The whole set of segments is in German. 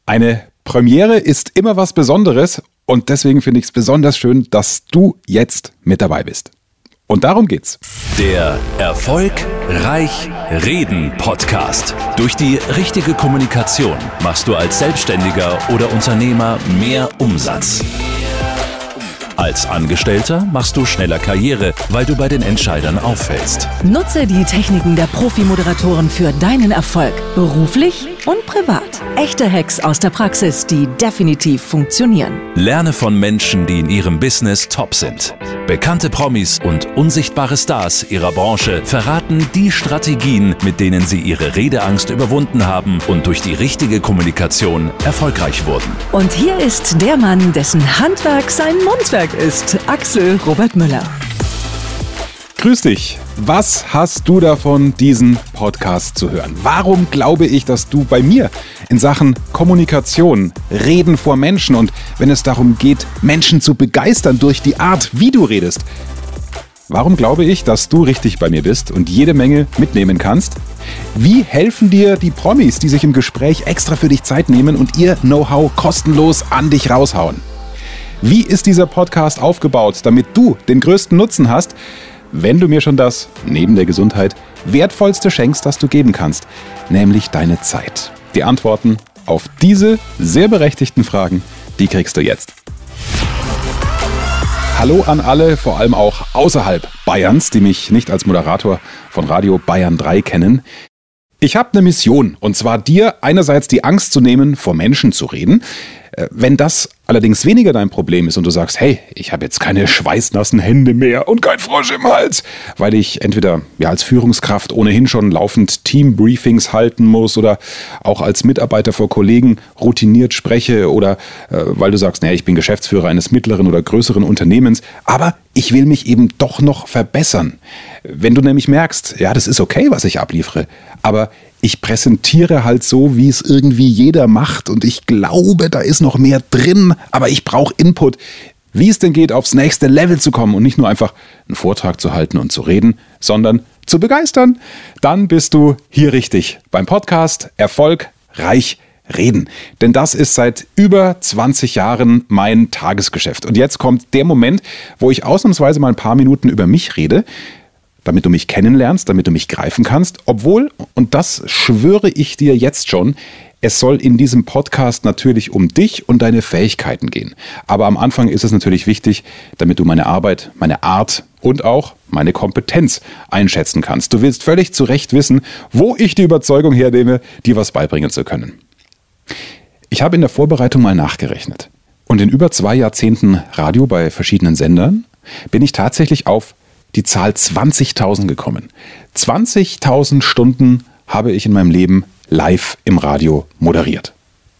Eine Premiere ist immer was Besonderes und deswegen finde ich es besonders schön, dass du jetzt mit dabei bist. Und darum geht's. Der Erfolgreich Reden Podcast. Durch die richtige Kommunikation machst du als Selbstständiger oder Unternehmer mehr Umsatz. Als Angestellter machst du schneller Karriere, weil du bei den Entscheidern auffällst. Nutze die Techniken der Profi-Moderatoren für deinen Erfolg, beruflich und privat. Echte Hacks aus der Praxis, die definitiv funktionieren. Lerne von Menschen, die in ihrem Business top sind. Bekannte Promis und unsichtbare Stars ihrer Branche verraten die Strategien, mit denen sie ihre Redeangst überwunden haben und durch die richtige Kommunikation erfolgreich wurden. Und hier ist der Mann, dessen Handwerk sein Mundwerk ist, Axel Robert Müller. Grüß dich. Was hast du davon, diesen Podcast zu hören? Warum glaube ich, dass du bei mir in Sachen Kommunikation, Reden vor Menschen und wenn es darum geht, Menschen zu begeistern durch die Art, wie du redest, warum glaube ich, dass du richtig bei mir bist und jede Menge mitnehmen kannst? Wie helfen dir die Promis, die sich im Gespräch extra für dich Zeit nehmen und ihr Know-how kostenlos an dich raushauen? Wie ist dieser Podcast aufgebaut, damit du den größten Nutzen hast, wenn du mir schon das, neben der Gesundheit, wertvollste schenkst, das du geben kannst, nämlich deine Zeit? Die Antworten auf diese sehr berechtigten Fragen, die kriegst du jetzt. Hallo an alle, vor allem auch außerhalb Bayerns, die mich nicht als Moderator von Radio Bayern 3 kennen. Ich habe eine Mission, und zwar dir einerseits die Angst zu nehmen, vor Menschen zu reden. Wenn das allerdings weniger dein Problem ist und du sagst, hey, ich habe jetzt keine schweißnassen Hände mehr und kein Frosch im Hals, weil ich entweder als Führungskraft ohnehin schon laufend Teambriefings halten muss oder auch als Mitarbeiter vor Kollegen routiniert spreche oder weil du sagst, ich bin Geschäftsführer eines mittleren oder größeren Unternehmens, aber ich will mich eben doch noch verbessern. Wenn du nämlich merkst, das ist okay, was ich abliefere, aber ich präsentiere halt so, wie es irgendwie jeder macht und ich glaube, da ist noch mehr drin, aber ich brauche Input, wie es denn geht, aufs nächste Level zu kommen und nicht nur einfach einen Vortrag zu halten und zu reden, sondern zu begeistern, dann bist du hier richtig beim Podcast Erfolgreich Reden. Denn das ist seit über 20 Jahren mein Tagesgeschäft. Und jetzt kommt der Moment, wo ich ausnahmsweise mal ein paar Minuten über mich rede, damit du mich kennenlernst, damit du mich greifen kannst, obwohl, und das schwöre ich dir jetzt schon, es soll in diesem Podcast natürlich um dich und deine Fähigkeiten gehen. Aber am Anfang ist es natürlich wichtig, damit du meine Arbeit, meine Art und auch meine Kompetenz einschätzen kannst. Du willst völlig zu Recht wissen, wo ich die Überzeugung hernehme, dir was beibringen zu können. Ich habe in der Vorbereitung mal nachgerechnet. Und in über 2 Jahrzehnten Radio bei verschiedenen Sendern bin ich tatsächlich auf die Zahl 20.000 gekommen. 20.000 Stunden habe ich in meinem Leben live im Radio moderiert.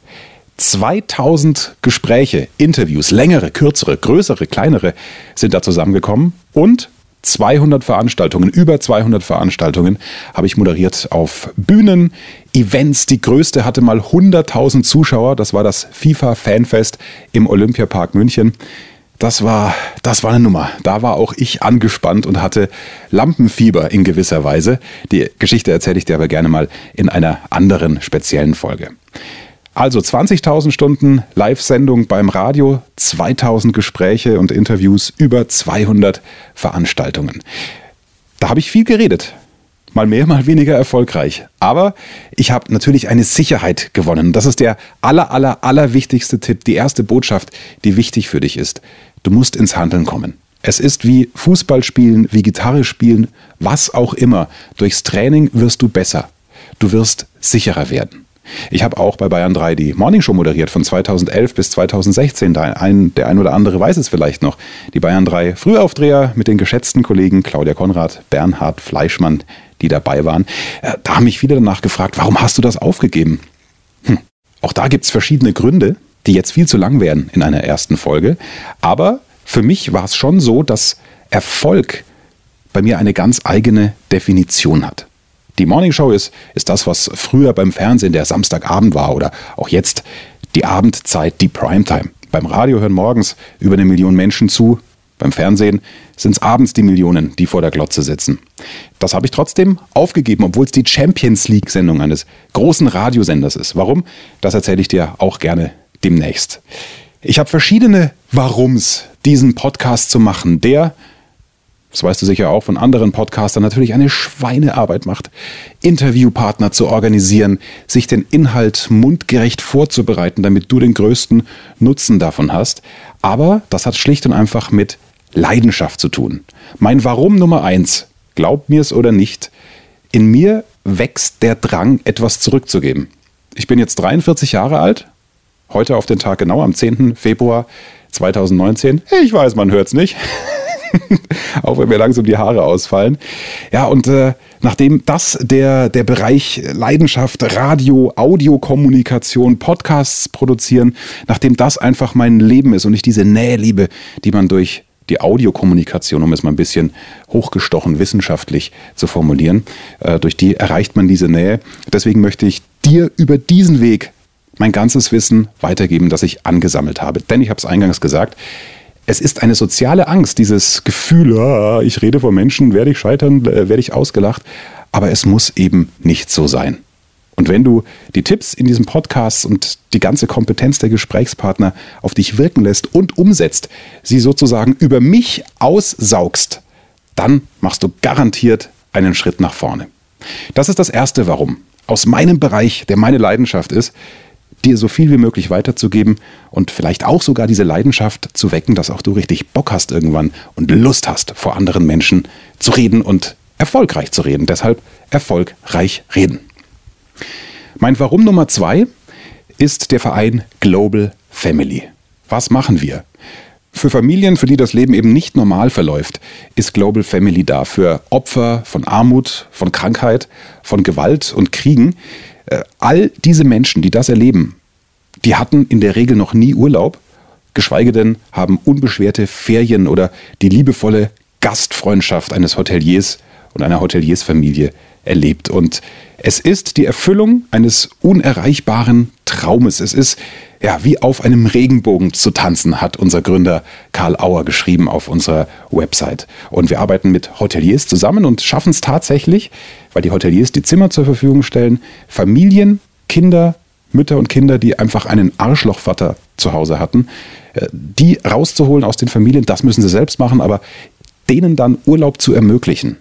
2.000 Gespräche, Interviews, längere, kürzere, größere, kleinere sind da zusammengekommen und 200 Veranstaltungen, über 200 Veranstaltungen habe ich moderiert auf Bühnen, Events. Die größte hatte mal 100.000 Zuschauer, das war das FIFA-Fanfest im Olympiapark München. Das war eine Nummer. Da war auch ich angespannt und hatte Lampenfieber in gewisser Weise. Die Geschichte erzähle ich dir aber gerne mal in einer anderen speziellen Folge. Also 20.000 Stunden Live-Sendung beim Radio, 2.000 Gespräche und Interviews, über 200 Veranstaltungen. Da habe ich viel geredet. Mal mehr, mal weniger erfolgreich. Aber ich habe natürlich eine Sicherheit gewonnen. Das ist der allerwichtigste Tipp, die erste Botschaft, die wichtig für dich ist. Du musst ins Handeln kommen. Es ist wie Fußball spielen, wie Gitarre spielen, was auch immer. Durchs Training wirst du besser. Du wirst sicherer werden. Ich habe auch bei Bayern 3 die Morningshow moderiert von 2011 bis 2016. Der ein oder andere weiß es vielleicht noch. Die Bayern 3 Frühaufdreher mit den geschätzten Kollegen Claudia Konrad, Bernhard Fleischmann, die dabei waren. Da haben mich viele danach gefragt, warum hast du das aufgegeben? Auch da gibt es verschiedene Gründe, die jetzt viel zu lang wären in einer ersten Folge. Aber für mich war es schon so, dass Erfolg bei mir eine ganz eigene Definition hat. Die Morningshow ist das, was früher beim Fernsehen der Samstagabend war oder auch jetzt die Abendzeit, die Primetime. Beim Radio hören morgens über 1 Million Menschen zu. Beim Fernsehen sind es abends die Millionen, die vor der Glotze sitzen. Das habe ich trotzdem aufgegeben, obwohl es die Champions League-Sendung eines großen Radiosenders ist. Warum? Das erzähle ich dir auch gerne demnächst. Ich habe verschiedene Warums, diesen Podcast zu machen, der, das weißt du sicher auch von anderen Podcastern, natürlich eine Schweinearbeit macht, Interviewpartner zu organisieren, sich den Inhalt mundgerecht vorzubereiten, damit du den größten Nutzen davon hast. Aber das hat schlicht und einfach mit Leidenschaft zu tun. Mein Warum Nummer 1, glaub mir's oder nicht, in mir wächst der Drang, etwas zurückzugeben. Ich bin jetzt 43 Jahre alt, heute auf den Tag genau, am 10. Februar 2019. Ich weiß, man hört's nicht. Auch wenn mir langsam die Haare ausfallen. Ja, und nachdem das der Bereich Leidenschaft, Radio, Audiokommunikation, Podcasts produzieren, nachdem das einfach mein Leben ist und ich diese Nähe liebe, die man durch die Audiokommunikation, um es mal ein bisschen hochgestochen wissenschaftlich zu formulieren, durch die erreicht man diese Nähe. Deswegen möchte ich dir über diesen Weg mein ganzes Wissen weitergeben, das ich angesammelt habe. Denn ich habe es eingangs gesagt, es ist eine soziale Angst, dieses Gefühl, ich rede vor Menschen, werde ich scheitern, werde ich ausgelacht. Aber es muss eben nicht so sein. Und wenn du die Tipps in diesem Podcast und die ganze Kompetenz der Gesprächspartner auf dich wirken lässt und umsetzt, sie sozusagen über mich aussaugst, dann machst du garantiert einen Schritt nach vorne. Das ist das erste Warum. Aus meinem Bereich, der meine Leidenschaft ist, dir so viel wie möglich weiterzugeben und vielleicht auch sogar diese Leidenschaft zu wecken, dass auch du richtig Bock hast irgendwann und Lust hast, vor anderen Menschen zu reden und erfolgreich zu reden. Deshalb erfolgreich reden. Mein Warum Nummer 2 ist der Verein Global Family. Was machen wir? Für Familien, für die das Leben eben nicht normal verläuft, ist Global Family da. Für Opfer von Armut, von Krankheit, von Gewalt und Kriegen. All diese Menschen, die das erleben, die hatten in der Regel noch nie Urlaub, geschweige denn haben unbeschwerte Ferien oder die liebevolle Gastfreundschaft eines Hoteliers und einer Hoteliersfamilie erlebt. Und es ist die Erfüllung eines unerreichbaren Traumes. Es ist ja wie auf einem Regenbogen zu tanzen, hat unser Gründer Karl Auer geschrieben auf unserer Website. Und wir arbeiten mit Hoteliers zusammen und schaffen es tatsächlich, weil die Hoteliers die Zimmer zur Verfügung stellen, Familien, Kinder, Mütter und Kinder, die einfach einen Arschlochvater zu Hause hatten, die rauszuholen aus den Familien. Das müssen sie selbst machen, aber denen dann Urlaub zu ermöglichen.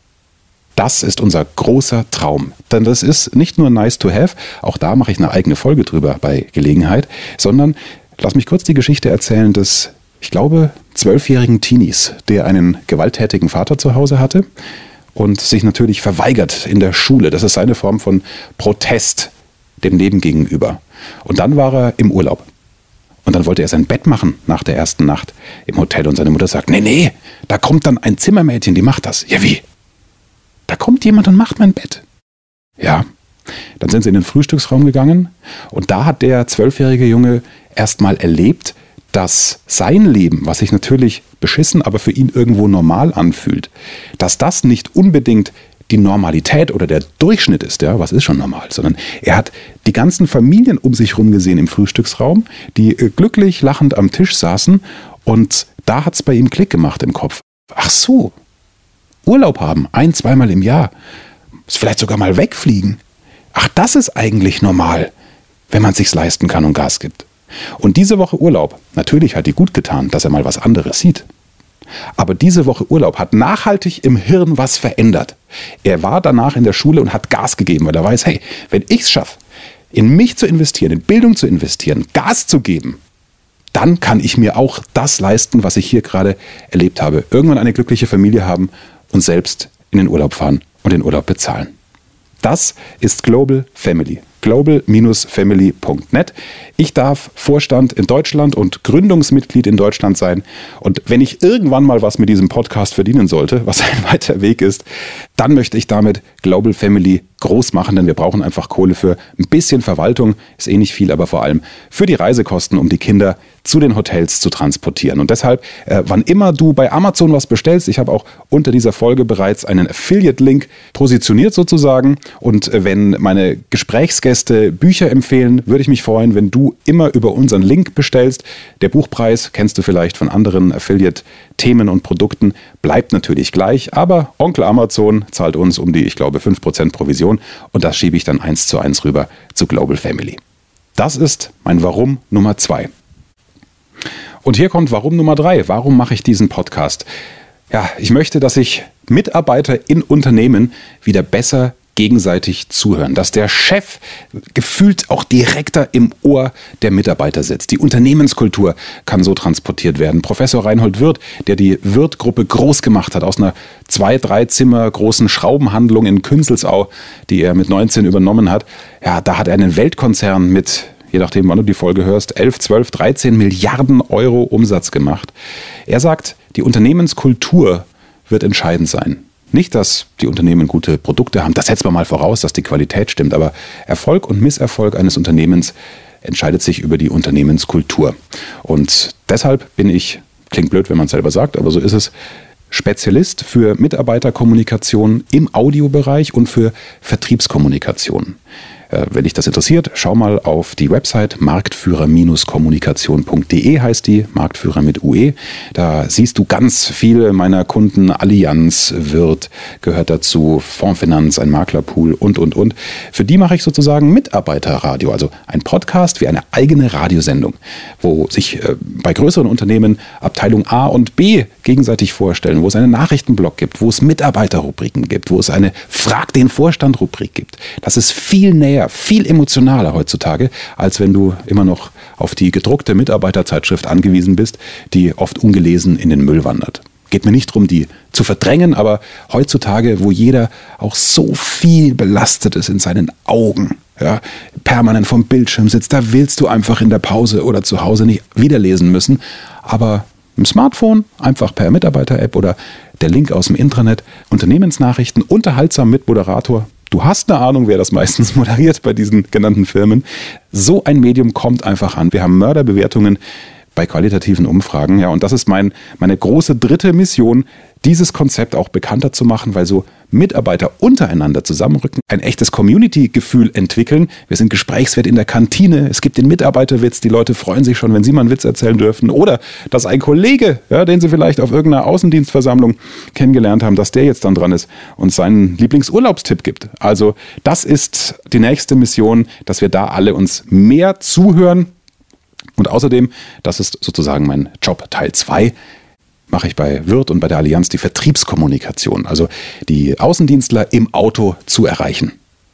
Das ist unser großer Traum. Denn das ist nicht nur nice to have, auch da mache ich eine eigene Folge drüber bei Gelegenheit, sondern lass mich kurz die Geschichte erzählen des, ich glaube, 12-jährigen Teenies, der einen gewalttätigen Vater zu Hause hatte und sich natürlich verweigert in der Schule. Das ist seine Form von Protest dem Leben gegenüber. Und dann war er im Urlaub. Und dann wollte er sein Bett machen nach der ersten Nacht im Hotel und seine Mutter sagt, nee, da kommt dann ein Zimmermädchen, die macht das. Ja, wie? Da kommt jemand und macht mein Bett. Ja, dann sind sie in den Frühstücksraum gegangen und da hat der 12-jährige Junge erstmal erlebt, dass sein Leben, was sich natürlich beschissen, aber für ihn irgendwo normal anfühlt, dass das nicht unbedingt die Normalität oder der Durchschnitt ist, ja, was ist schon normal, sondern er hat die ganzen Familien um sich herum gesehen im Frühstücksraum, die glücklich lachend am Tisch saßen und da hat es bei ihm Klick gemacht im Kopf. Ach so, Urlaub haben, 1-2 Mal im Jahr, vielleicht sogar mal wegfliegen. Ach, das ist eigentlich normal, wenn man es sich leisten kann und Gas gibt. Und diese Woche Urlaub, natürlich hat die gut getan, dass er mal was anderes sieht. Aber diese Woche Urlaub hat nachhaltig im Hirn was verändert. Er war danach in der Schule und hat Gas gegeben, weil er weiß, hey, wenn ich es schaffe, in mich zu investieren, in Bildung zu investieren, Gas zu geben, dann kann ich mir auch das leisten, was ich hier gerade erlebt habe. Irgendwann eine glückliche Familie haben und selbst in den Urlaub fahren und den Urlaub bezahlen. Das ist Global Family. global-family.net. Ich darf Vorstand in Deutschland und Gründungsmitglied in Deutschland sein. Und wenn ich irgendwann mal was mit diesem Podcast verdienen sollte, was ein weiter Weg ist, dann möchte ich damit Global Family groß machen, denn wir brauchen einfach Kohle für ein bisschen Verwaltung, ist eh nicht viel, aber vor allem für die Reisekosten, um die Kinder zu den Hotels zu transportieren. Und deshalb, wann immer du bei Amazon was bestellst, ich habe auch unter dieser Folge bereits einen Affiliate-Link positioniert sozusagen und wenn meine Gesprächsgäste Gesprächsgäste Bücher empfehlen, würde ich mich freuen, wenn du immer über unseren Link bestellst. Der Buchpreis, kennst du vielleicht von anderen Affiliate-Themen und Produkten, bleibt natürlich gleich, aber Onkel Amazon zahlt uns um die, ich glaube, 5% Provision und das schiebe ich dann 1:1 rüber zu Global Family. Das ist mein Warum Nummer 2. Und hier kommt Warum Nummer 3. Warum mache ich diesen Podcast? Ja, ich möchte, dass sich Mitarbeiter in Unternehmen wieder besser gegenseitig zuhören, dass der Chef gefühlt auch direkter im Ohr der Mitarbeiter sitzt. Die Unternehmenskultur kann so transportiert werden. Professor Reinhold Wirth, der die Wirth-Gruppe groß gemacht hat, aus einer 2-3 Zimmer großen Schraubenhandlung in Künzelsau, die er mit 19 übernommen hat, ja, da hat er einen Weltkonzern mit, je nachdem, wann du die Folge hörst, 11, 12, 13 Milliarden Euro Umsatz gemacht. Er sagt, die Unternehmenskultur wird entscheidend sein. Nicht, dass die Unternehmen gute Produkte haben, das setzt man mal voraus, dass die Qualität stimmt, aber Erfolg und Misserfolg eines Unternehmens entscheidet sich über die Unternehmenskultur. Und deshalb bin ich, klingt blöd, wenn man es selber sagt, aber so ist es, Spezialist für Mitarbeiterkommunikation im Audiobereich und für Vertriebskommunikation. Wenn dich das interessiert, schau mal auf die Website marktführer-kommunikation.de heißt die, Marktführer mit UE. Da siehst du ganz viele meiner Kunden, Allianz, Wirth gehört dazu, Fondsfinanz, ein Maklerpool und. Für die mache ich sozusagen Mitarbeiterradio, also ein Podcast wie eine eigene Radiosendung, wo sich bei größeren Unternehmen Abteilung A und B gegenseitig vorstellen, wo es einen Nachrichtenblock gibt, wo es Mitarbeiterrubriken gibt, wo es eine Frag den Vorstand-Rubrik gibt. Das ist viel näher, viel emotionaler heutzutage, als wenn du immer noch auf die gedruckte Mitarbeiterzeitschrift angewiesen bist, die oft ungelesen in den Müll wandert. Geht mir nicht darum, die zu verdrängen, aber heutzutage, wo jeder auch so viel belastet ist in seinen Augen, ja, permanent vom Bildschirm sitzt, da willst du einfach in der Pause oder zu Hause nicht wiederlesen müssen, aber im Smartphone, einfach per Mitarbeiter-App oder der Link aus dem Intranet, Unternehmensnachrichten, unterhaltsam mit Moderator. Du hast eine Ahnung, wer das meistens moderiert bei diesen genannten Firmen. So ein Medium kommt einfach an. Wir haben Mörderbewertungen bei qualitativen Umfragen. Ja, und das ist meine große dritte Mission, dieses Konzept auch bekannter zu machen, weil so Mitarbeiter untereinander zusammenrücken, ein echtes Community-Gefühl entwickeln. Wir sind gesprächswert in der Kantine. Es gibt den Mitarbeiterwitz. Die Leute freuen sich schon, wenn sie mal einen Witz erzählen dürfen. Oder dass ein Kollege, ja, den sie vielleicht auf irgendeiner Außendienstversammlung kennengelernt haben, dass der jetzt dann dran ist und seinen Lieblingsurlaubstipp gibt. Also das ist die nächste Mission, dass wir da alle uns mehr zuhören. Und außerdem, das ist sozusagen mein Job Teil 2, mache ich bei Wirth und bei der Allianz die Vertriebskommunikation, also die Außendienstler im Auto zu erreichen.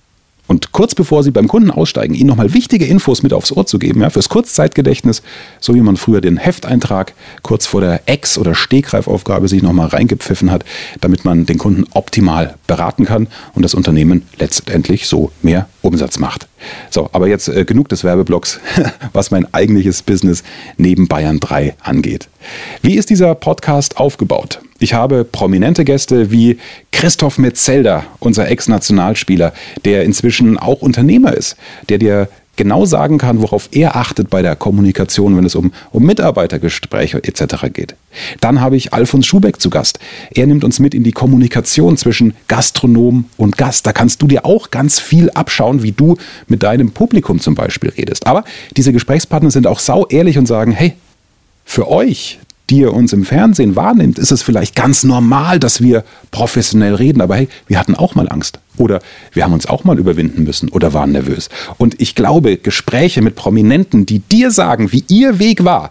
Und kurz bevor sie beim Kunden aussteigen, ihnen nochmal wichtige Infos mit aufs Ohr zu geben, ja, fürs Kurzzeitgedächtnis, so wie man früher den Hefteintrag kurz vor der Ex- oder Stegreifaufgabe sich nochmal reingepfiffen hat, damit man den Kunden optimal beraten kann und das Unternehmen letztendlich so mehr Umsatz macht. So, aber jetzt genug des Werbeblocks, was mein eigentliches Business neben Bayern 3 angeht. Wie ist dieser Podcast aufgebaut? Ich habe prominente Gäste wie Christoph Metzelder, unser Ex-Nationalspieler, der inzwischen auch Unternehmer ist, der dir genau sagen kann, worauf er achtet bei der Kommunikation, wenn es um Mitarbeitergespräche etc. geht. Dann habe ich Alfons Schubeck zu Gast. Er nimmt uns mit in die Kommunikation zwischen Gastronom und Gast. Da kannst du dir auch ganz viel abschauen, wie du mit deinem Publikum zum Beispiel redest. Aber diese Gesprächspartner sind auch sau ehrlich und sagen, hey, für euch, die ihr uns im Fernsehen wahrnimmt, ist es vielleicht ganz normal, dass wir professionell reden. Aber hey, wir hatten auch mal Angst. Oder wir haben uns auch mal überwinden müssen oder waren nervös. Und ich glaube, Gespräche mit Prominenten, die dir sagen, wie ihr Weg war,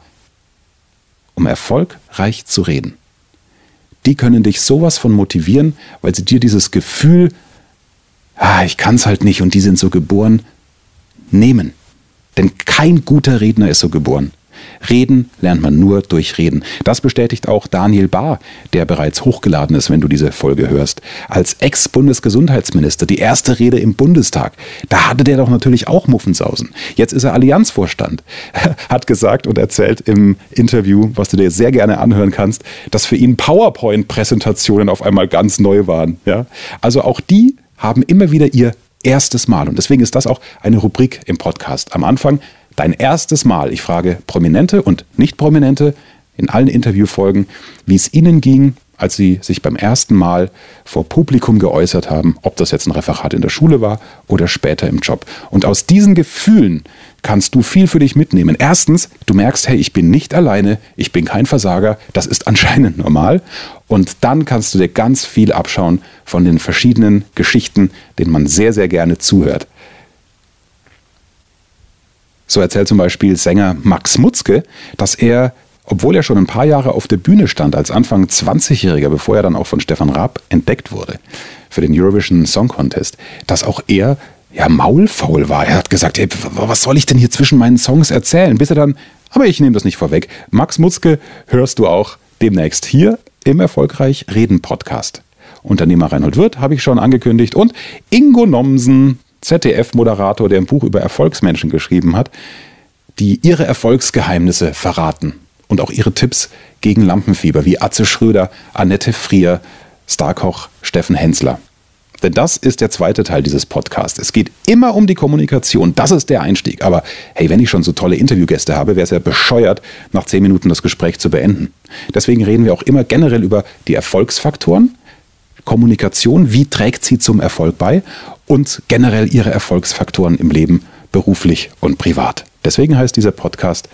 um erfolgreich zu reden, die können dich sowas von motivieren, weil sie dir dieses Gefühl, ich kann es halt nicht und die sind so geboren, nehmen. Denn kein guter Redner ist so geboren. Reden lernt man nur durch Reden. Das bestätigt auch Daniel Bahr, der bereits hochgeladen ist, wenn du diese Folge hörst. Als Ex-Bundesgesundheitsminister, die erste Rede im Bundestag, da hatte der doch natürlich auch Muffensausen. Jetzt ist er Allianzvorstand, hat gesagt und erzählt im Interview, was du dir sehr gerne anhören kannst, dass für ihn PowerPoint-Präsentationen auf einmal ganz neu waren. Ja? Also auch die haben immer wieder ihr erstes Mal. Und deswegen ist das auch eine Rubrik im Podcast. Am Anfang dein erstes Mal. Ich frage Prominente und Nicht-Prominente in allen Interviewfolgen, wie es ihnen ging, als sie sich beim ersten Mal vor Publikum geäußert haben, ob das jetzt ein Referat in der Schule war oder später im Job. Und aus diesen Gefühlen kannst du viel für dich mitnehmen. Erstens, du merkst, hey, ich bin nicht alleine, ich bin kein Versager, das ist anscheinend normal. Und dann kannst du dir ganz viel abschauen von den verschiedenen Geschichten, denen man sehr, sehr gerne zuhört. So erzählt zum Beispiel Sänger Max Mutzke, dass er, obwohl er schon ein paar Jahre auf der Bühne stand, als Anfang 20-Jähriger, bevor er dann auch von Stefan Raab entdeckt wurde für den Eurovision Song Contest, dass auch er maulfaul war. Er hat gesagt, hey, was soll ich denn hier zwischen meinen Songs erzählen? Bis er dann, aber ich nehme das nicht vorweg, Max Mutzke hörst du auch demnächst hier im Erfolgreich Reden Podcast. Unternehmer Reinhold Wirth habe ich schon angekündigt und Ingo Nomsen, ZDF-Moderator, der ein Buch über Erfolgsmenschen geschrieben hat, die ihre Erfolgsgeheimnisse verraten und auch ihre Tipps gegen Lampenfieber, wie Atze Schröder, Annette Frier, Starkoch Steffen Hensler. Denn das ist der zweite Teil dieses Podcasts. Es geht immer um die Kommunikation, das ist der Einstieg. Aber hey, wenn ich schon so tolle Interviewgäste habe, wäre es ja bescheuert, nach 10 Minuten das Gespräch zu beenden. Deswegen reden wir auch immer generell über die Erfolgsfaktoren, Kommunikation, wie trägt sie zum Erfolg bei und generell ihre Erfolgsfaktoren im Leben, beruflich und privat. Deswegen heißt dieser Podcast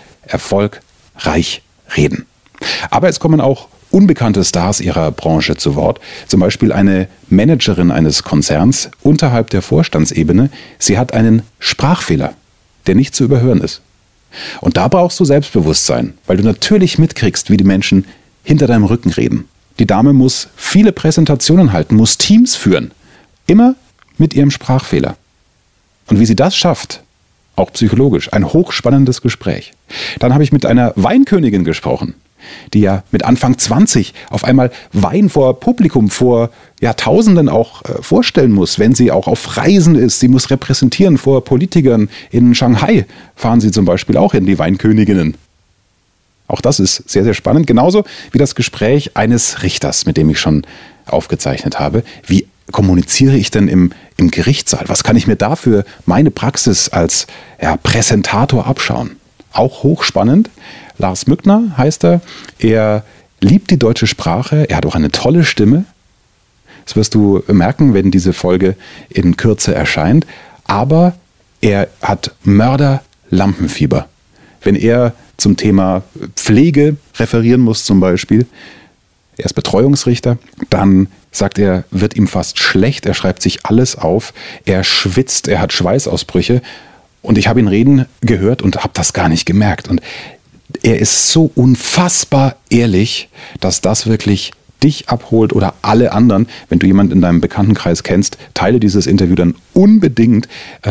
Erfolgreich reden. Aber es kommen auch unbekannte Stars ihrer Branche zu Wort. Zum Beispiel eine Managerin eines Konzerns unterhalb der Vorstandsebene. Sie hat einen Sprachfehler, der nicht zu überhören ist. Und da brauchst du Selbstbewusstsein, weil du natürlich mitkriegst, wie die Menschen hinter deinem Rücken reden. Die Dame muss viele Präsentationen halten, muss Teams führen. Immer mit ihrem Sprachfehler. Und wie sie das schafft, auch psychologisch, ein hochspannendes Gespräch. Dann habe ich mit einer Weinkönigin gesprochen, die ja mit Anfang 20 auf einmal Wein vor Publikum, vor Tausenden auch vorstellen muss, wenn sie auch auf Reisen ist. Sie muss repräsentieren vor Politikern. In Shanghai fahren sie zum Beispiel auch hin, die Weinköniginnen. Auch das ist sehr, sehr spannend. Genauso wie das Gespräch eines Richters, mit dem ich schon aufgezeichnet habe. Wie kommuniziere ich denn im Gerichtssaal? Was kann ich mir da für meine Praxis als Präsentator abschauen? Auch hochspannend. Lars Mückner heißt er. Er liebt die deutsche Sprache. Er hat auch eine tolle Stimme. Das wirst du merken, wenn diese Folge in Kürze erscheint. Aber er hat Mörder-Lampenfieber. Wenn er zum Thema Pflege referieren muss zum Beispiel, er ist Betreuungsrichter, dann sagt er, wird ihm fast schlecht, er schreibt sich alles auf, er schwitzt, er hat Schweißausbrüche und ich habe ihn reden gehört und habe das gar nicht gemerkt. Und er ist so unfassbar ehrlich, dass das wirklich dich abholt oder alle anderen. Wenn du jemanden in deinem Bekanntenkreis kennst, teile dieses Interview dann unbedingt.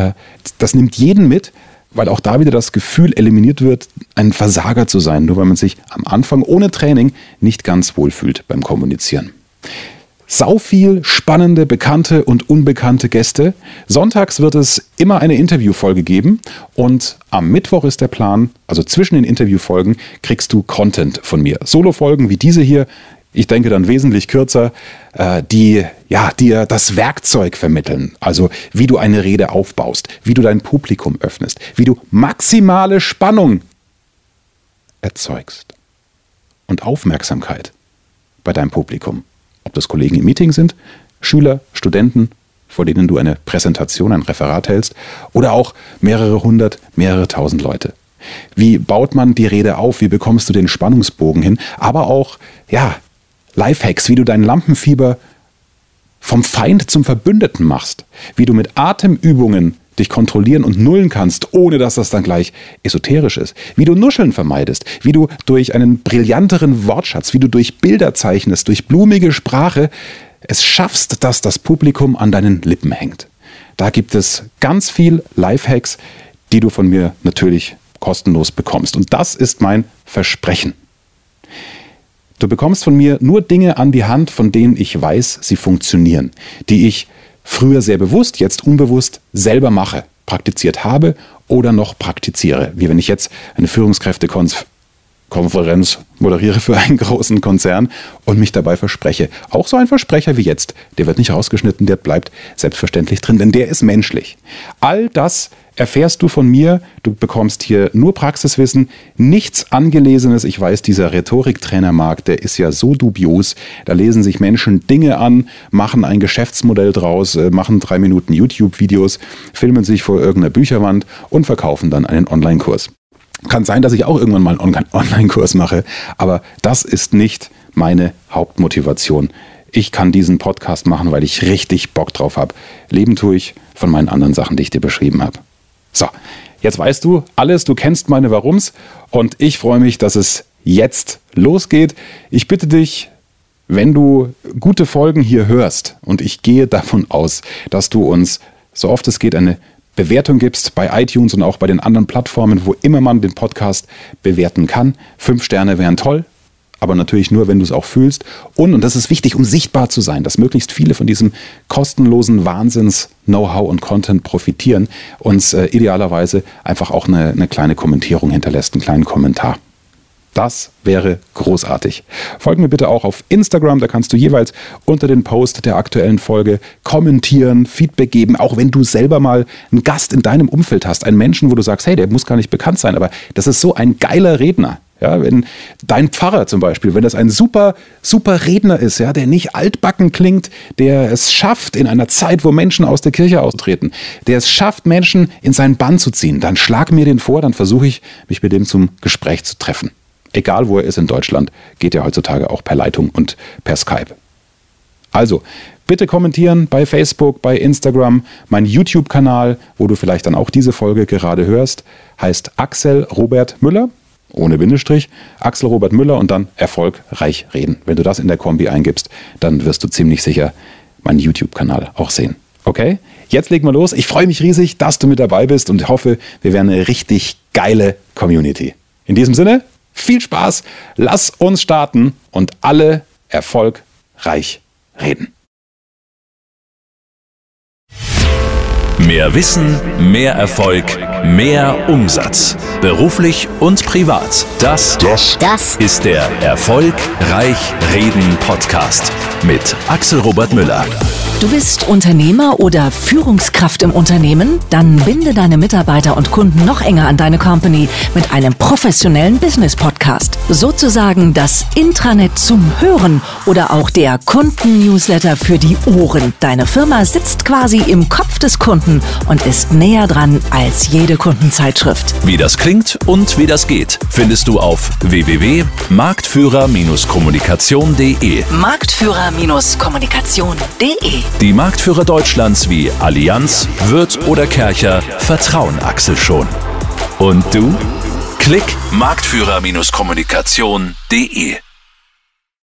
Das nimmt jeden mit, weil auch da wieder das Gefühl eliminiert wird, ein Versager zu sein, nur weil man sich am Anfang ohne Training nicht ganz wohl fühlt beim Kommunizieren. Sau viel spannende, bekannte und unbekannte Gäste. Sonntags wird es immer eine Interviewfolge geben und am Mittwoch ist der Plan, also zwischen den Interviewfolgen kriegst du Content von mir. Solofolgen wie diese hier, ich denke dann wesentlich kürzer, die dir das Werkzeug vermitteln. Also wie du eine Rede aufbaust, wie du dein Publikum öffnest, wie du maximale Spannung erzeugst und Aufmerksamkeit bei deinem Publikum. Ob das Kollegen im Meeting sind, Schüler, Studenten, vor denen du eine Präsentation, ein Referat hältst oder auch mehrere hundert, mehrere tausend Leute. Wie baut man die Rede auf? Wie bekommst du den Spannungsbogen hin? Aber auch, Lifehacks, wie du dein Lampenfieber vom Feind zum Verbündeten machst, wie du mit Atemübungen dich kontrollieren und nullen kannst, ohne dass das dann gleich esoterisch ist, wie du Nuscheln vermeidest, wie du durch einen brillanteren Wortschatz, wie du durch Bilder zeichnest, durch blumige Sprache es schaffst, dass das Publikum an deinen Lippen hängt. Da gibt es ganz viel Lifehacks, die du von mir natürlich kostenlos bekommst. Und das ist mein Versprechen. Du bekommst von mir nur Dinge an die Hand, von denen ich weiß, sie funktionieren, die ich früher sehr bewusst, jetzt unbewusst selber mache, praktiziert habe oder noch praktiziere. Wie wenn ich jetzt eine Führungskräftekonf Konferenz moderiere für einen großen Konzern und mich dabei verspreche. Auch so ein Versprecher wie jetzt, der wird nicht rausgeschnitten, der bleibt selbstverständlich drin, denn der ist menschlich. All das erfährst du von mir. Du bekommst hier nur Praxiswissen, nichts Angelesenes. Ich weiß, dieser Rhetoriktrainermarkt, der ist ja so dubios. Da lesen sich Menschen Dinge an, machen ein Geschäftsmodell draus, machen 3 Minuten YouTube-Videos, filmen sich vor irgendeiner Bücherwand und verkaufen dann einen Online-Kurs. Kann sein, dass ich auch irgendwann mal einen Online-Kurs mache, aber das ist nicht meine Hauptmotivation. Ich kann diesen Podcast machen, weil ich richtig Bock drauf habe. Leben tue ich von meinen anderen Sachen, die ich dir beschrieben habe. So, jetzt weißt du alles, du kennst meine Warums und ich freue mich, dass es jetzt losgeht. Ich bitte dich, wenn du gute Folgen hier hörst, und ich gehe davon aus, dass du uns so oft es geht eine Bewertung gibst bei iTunes und auch bei den anderen Plattformen, wo immer man den Podcast bewerten kann. 5 Sterne wären toll, aber natürlich nur, wenn du es auch fühlst. Und das ist wichtig, um sichtbar zu sein, dass möglichst viele von diesem kostenlosen Wahnsinns-Know-how und Content profitieren, uns idealerweise einfach auch eine kleine Kommentierung hinterlässt, einen kleinen Kommentar. Das wäre großartig. Folg mir bitte auch auf Instagram, da kannst du jeweils unter den Post der aktuellen Folge kommentieren, Feedback geben, auch wenn du selber mal einen Gast in deinem Umfeld hast, einen Menschen, wo du sagst, hey, der muss gar nicht bekannt sein, aber das ist so ein geiler Redner. Ja, wenn dein Pfarrer zum Beispiel, wenn das ein super, super Redner ist, ja, der nicht altbacken klingt, der es schafft, in einer Zeit, wo Menschen aus der Kirche austreten, der es schafft, Menschen in seinen Bann zu ziehen, dann schlag mir den vor, dann versuche ich, mich mit dem zum Gespräch zu treffen. Egal, wo er ist in Deutschland, geht ja heutzutage auch per Leitung und per Skype. Also, bitte kommentieren bei Facebook, bei Instagram. Mein YouTube-Kanal, wo du vielleicht dann auch diese Folge gerade hörst, heißt Axel Robert Müller, ohne Bindestrich, Axel Robert Müller und dann erfolgreich reden. Wenn du das in der Kombi eingibst, dann wirst du ziemlich sicher meinen YouTube-Kanal auch sehen. Okay? Jetzt legen wir los. Ich freue mich riesig, dass du mit dabei bist und hoffe, wir werden eine richtig geile Community. In diesem Sinne, viel Spaß, lass uns starten und alle erfolgreich reden. Mehr Wissen, mehr Erfolg, mehr Umsatz. Beruflich und privat. Das ist der Erfolgreich Reden Podcast mit Axel Robert Müller. Du bist Unternehmer oder Führungskraft im Unternehmen? Dann binde deine Mitarbeiter und Kunden noch enger an deine Company mit einem professionellen Business-Podcast. Sozusagen das Intranet zum Hören oder auch der Kunden-Newsletter für die Ohren. Deine Firma sitzt quasi im Kopf des Kunden und ist näher dran als jede Kundenzeitschrift. Wie das klingt und wie das geht, findest du auf www.marktführer-kommunikation.de. Marktführer-kommunikation.de. Die Marktführer Deutschlands wie Allianz, Wirth oder Kärcher vertrauen Axel schon. Und du? Klick marktführer-kommunikation.de.